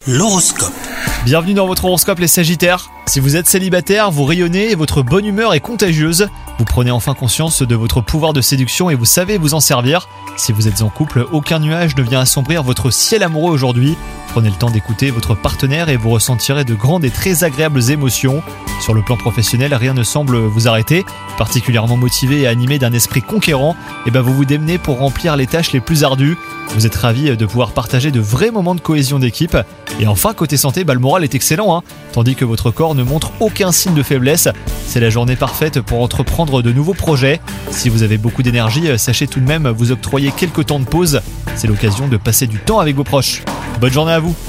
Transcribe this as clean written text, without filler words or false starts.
L'horoscope. Bienvenue dans votre horoscope les Sagittaires. Si vous êtes célibataire, vous rayonnez et votre bonne humeur est contagieuse. Vous prenez enfin conscience de votre pouvoir de séduction et vous savez vous en servir. Si vous êtes en couple, aucun nuage ne vient assombrir votre ciel amoureux aujourd'hui. Prenez le temps d'écouter votre partenaire et vous ressentirez de grandes et très agréables émotions. Sur le plan professionnel, rien ne semble vous arrêter. Particulièrement motivé et animé d'un esprit conquérant, vous vous démenez pour remplir les tâches les plus ardues. Vous êtes ravi de pouvoir partager de vrais moments de cohésion d'équipe. Et enfin, côté santé, le moral est excellent, tandis que votre corps ne montre aucun signe de faiblesse. C'est la journée parfaite pour entreprendre de nouveaux projets. Si vous avez beaucoup d'énergie, sachez tout de même vous octroyer quelques temps de pause. C'est l'occasion de passer du temps avec vos proches. Bonne journée à vous!